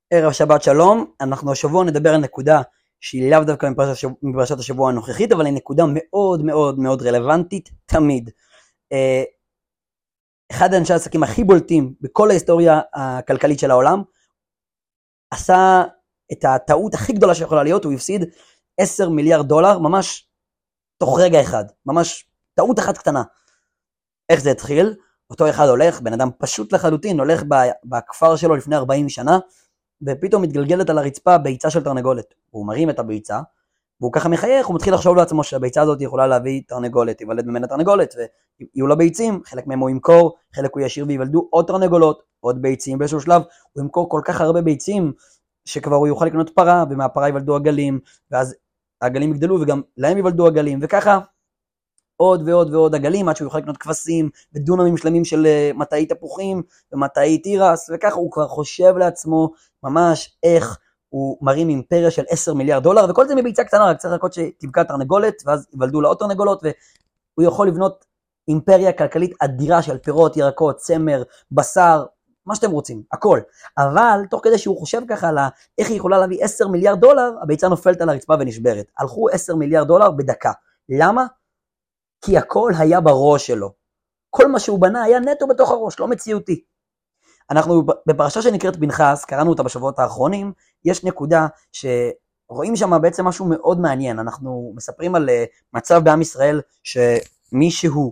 ערב שבת שלום, אנחנו השבוע נדבר על נקודה שהיא לאו דווקא מפרשת השבוע הנוכחית, אבל היא נקודה מאוד מאוד מאוד רלוונטית תמיד. אחד האנשי העסקים הכי בולטים בכל ההיסטוריה הכלכלית של העולם, עשה את הטעות הכי גדולה שיכולה להיות, הוא הפסיד 10 מיליארד דולר, ממש תוך רגע אחד, ממש טעות אחת קטנה. איך זה התחיל? אותו אחד הולך, בן אדם פשוט לחלוטין, הולך בכפר שלו לפני 40 שנה, ופתאום מתגלגלת על הרצפה ביצה של תרנגולת. הוא מרים את הביצה, והוא ככה מחייך, הוא מתחיל לחשוב לעצמו שהביצה הזאת יכולה להביא תרנגולת, יוולד ממנה תרנגולת, ויהיו לה ביצים, חלק מהם הוא ימכור, חלק הוא ישאיר ויוולדו עוד תרנגולות, עוד ביצים, באיזשהו שלב הוא ימכור כל כך הרבה ביצים, שכבר הוא יוכל לקנות פרה, ומהפרה יוולדו עגלים, ואז העגלים יגדלו וגם להם יוולדו עגלים, וככה עוד ועוד ועוד עגלים, עד שהוא יוכל לקנות כבשים, ודונמים שלמים של מטעי תפוחים, ומטעי תירס, וככה הוא כבר חושב לעצמו ממש איך הוא מרים אימפריה של 10 מיליארד דולר, וכל זה מביצה קטנה, רק צריך לחכות שתבקע תרנגולת, ואז יוולדו לה עוד תרנגולות, והוא יכול לבנות אימפריה כלכלית אדירה של פירות, ירקות, צמר, בשר, מה שאתם רוצים, הכל. אבל תוך כדי שהוא חושב ככה על איך היא יכולה להביא 10 מיליארד דולר, הביצה נופלת על הרצפה ונשברת. הלכו 10 מיליארד דולר בדקה. למה? כי הכל היה בראש שלו. כל מה שהוא בנה היה נטו בתוך הראש, לא מציאותי. אנחנו בפרשה שנקראת פנחס, קראנו אותה בשבועות האחרונים, יש נקודה שרואים שם בעצם משהו מאוד מעניין. אנחנו מספרים על מצב בעם ישראל שמישהו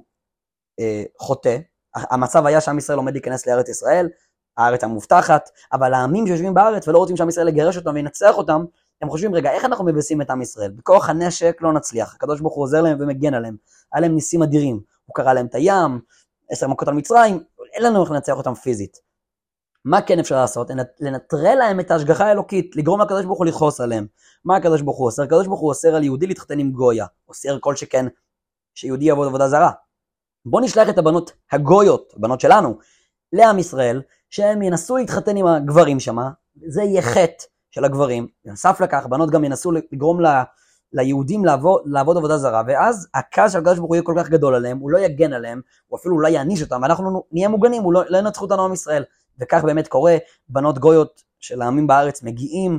חוטא, המצב היה שעם ישראל עומד להיכנס לארץ ישראל, הארץ המובטחת, אבל העמים שיושבים בארץ ולא רוצים שעם ישראל יגרש אותם וינצח אותם, הם חושבים, רגע, איך אנחנו מבסים את עם ישראל? בכוח הנשק לא נצליח, הקדוש ברוך הוא עוזר להם ומגן עליהם, היה להם ניסים אדירים, הוא קרא להם את הים, 10 מכות על מצרים, אין לנו איך לנצח אותם פיזית. מה כן אפשר לעשות? לנטרל להם את ההשגחה האלוקית, לגרום לקדוש ברוך הוא לכעוס עליהם. מה הקדוש ברוך הוא אוסר? הקדוש ברוך הוא אוסר על יהודי להתחתן עם גויה, אוסר כל שכן שיהודי יעבוד עבודה זרה. בוא נשלח את הבנות הגויות, הבנות שלנו, לעם ישראל, שהם ינסו להתחתן עם הגברים שמה, זה יהיה חטא של הגברים, בנוסף לכך, בנות גם ינסו לגרום ליהודים לעבוד עבודה זרה, ואז הכעס של הקדוש ברוך הוא יהיה כל כך גדול עליהם, הוא לא יגן עליהם, הוא אפילו אולי יעניש אותם, ואנחנו נהיה מוגנים, הוא לא ינצחו אותנו עם ישראל, וכך באמת קורה, בנות גויות של העמים בארץ מגיעים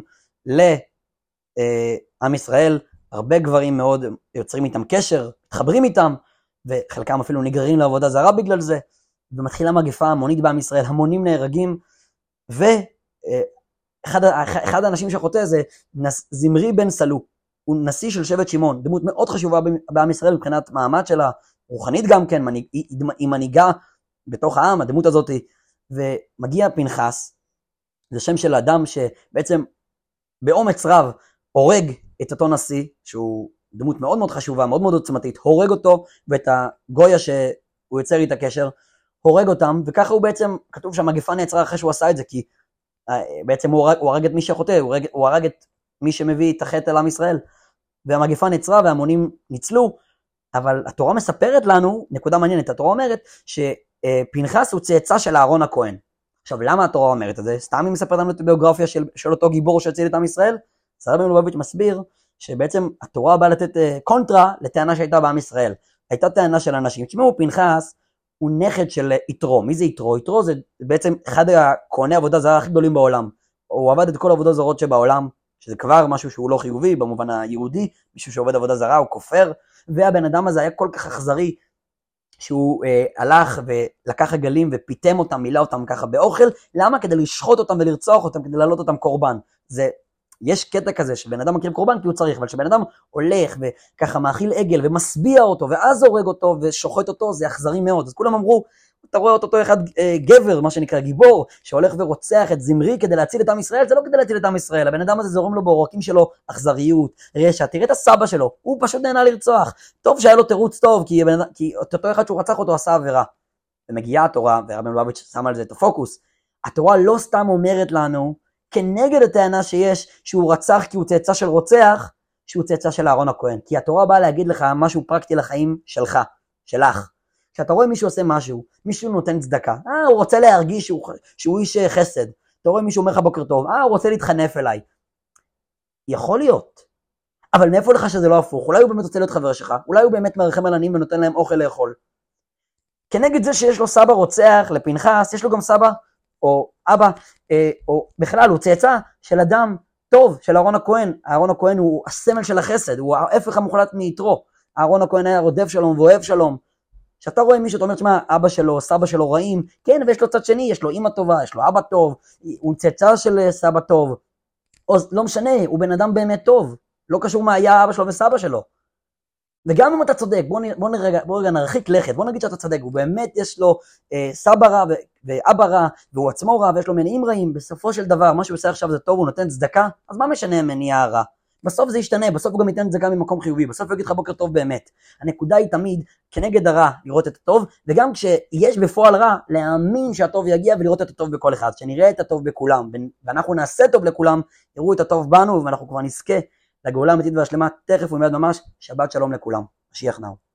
לעם ישראל, הרבה גברים מאוד יוצרים איתם קשר, מתחברים איתם, וחלקם אפילו נגררים לעבודה זרה בגלל זה, ומתחילה מגפה המונית בעם ישראל, המונים נהרגים, אחד האנשים שחוטא זה זמרי בן סלו, הוא נשיא של שבט שמעון, דמות מאוד חשובה בעם ישראל מבחינת מעמד שלה, רוחנית גם כן, היא מנהיגה בתוך העם, הדמות הזאת, ומגיע פנחס, זה שם של אדם שבעצם באומץ רב הורג את אותו נשיא, שהוא דמות מאוד מאוד חשובה, מאוד מאוד עוצמתית, הורג אותו ואת הגויה שהוא יוצר איתה קשר, הורג אותם, וככה הוא בעצם, כתוב שהמגפה נעצרה אחרי שהוא עשה את זה, כי בעצם הוא הרג את מי שחוטא, הוא הרג את מי שמביא את החטא על עם ישראל, והמגפה נעצרה והמונים ניצלו, אבל התורה מספרת לנו, נקודה מעניינת, התורה אומרת שפנחס הוא צאצא של אהרון הכהן. עכשיו, למה התורה אומרת את זה? סתם היא מספרת לנו את הביוגרפיה של אותו גיבור שהציל את עם ישראל? הרבי מלובביץ' מסביר שבעצם התורה באה לתת קונטרה לטענה שהייתה בעם ישראל. הייתה טענה של אנשים, תשמעו, פנחס הוא נכד של יתרו. מי זה יתרו? יתרו זה בעצם אחד הכהני עבודה זרה הכי גדולים בעולם. הוא עבד את כל עבודות זרות שבעולם, שזה כבר משהו שהוא לא חיובי במובן היהודי, מישהו שעובד עבודה זרה הוא כופר, והבן אדם הזה היה כל כך אכזרי, שהוא הלך ולקח עגלים ופיתם אותם, מילא אותם ככה באוכל, למה? כדי לשחוט אותם ולרצוח אותם, כדי להעלות אותם קורבן. יש קטע כזה שבן אדם מקריב קורבן כי הוא צריך, אבל שבן אדם הולך וככה מאכיל עגל ומשביע אותו, ואז הורג אותו ושוחט אותו, זה אכזרי מאוד. אז כולם אמרו, אתה רואה אותו אחד גבר, מה שנקרא גיבור, שהולך ורוצח את זמרי כדי להציל את עם ישראל, זה לא כדי להציל את עם ישראל, הבן אדם הזה זורם לו בעורקים שלו אכזריות, רשע, תראה את הסבא שלו, הוא פשוט נהנה לרצוח, טוב שהיה לו תירוץ טוב, כי אותו אחד שהוא רצח אותו עשה עבירה. ומגיעה התורה, והרבי מלובביץ' שם על זה את הפוקוס, התורה לא סתם אומרת לנו, כנגד הטענה שיש שהוא רצח כי הוא צאצא של רוצח, שהוא צאצא של אהרון הכהן, כי התורה באה להגיד לך משהו פרקטי לחיים שלך, שלך. כשאתה רואה מישהו עושה משהו, מישהו נותן צדקה, הוא רוצה להרגיש שהוא איש חסד, אתה רואה מישהו אומר לך בוקר טוב, הוא רוצה להתחנף אליי, יכול להיות, אבל מאיפה לך שזה לא הפוך, אולי הוא באמת רוצה להיות חבר שלך, אולי הוא באמת מרחם על עניים ונותן להם אוכל לאכול, כנגד זה שיש לו סבא רוצח לפנחס, יש לו גם סבא או אבא, או בכלל הוא צאצא של אדם טוב, של אהרון הכהן. אהרון הכהן הוא הסמל של החסד, הוא ההפך המוחלט מיתרו. אהרון הכהן היה רודף שלום ואוהב שלום. כשאתה רואה מישהו, אתה אומר, שמה, אבא שלו, סבא שלו רעים, כן, ויש לו צד שני, יש לו אמא טובה, יש לו אבא טוב, הוא צאצא של סבא טוב, או לא משנה, הוא בן אדם באמת טוב, לא קשור מה היה אבא שלו וסבא שלו. וגם אם אתה צודק, בוא רגע נרחיק לכת, בוא נגיד שאתה צודק, הוא באמת יש לו סבא רע ואבא רע, והוא עצמו רע, ויש לו מניעים רעים, בסופו של דבר, מה שהוא עושה עכשיו זה טוב, הוא נותן צדקה, אז מה משנה מניע הרע? בסוף זה ישתנה, בסוף הוא גם ייתן צדקה ממקום חיובי, בסוף הוא יגיד לך בוקר טוב באמת. הנקודה היא תמיד כנגד הרע לראות את הטוב, וגם כשיש בפועל רע, להאמין שהטוב יגיע ולראות את הטוב בכל אחד, שנראה את הטוב בכולם, ואנחנו נעשה טוב לכולם, יראו את הטוב בנו, ואנחנו כבר נזכה לגאולה האמיתית והשלמה תכף ומיד ממש. שבת שלום לכולם. משיח נאו.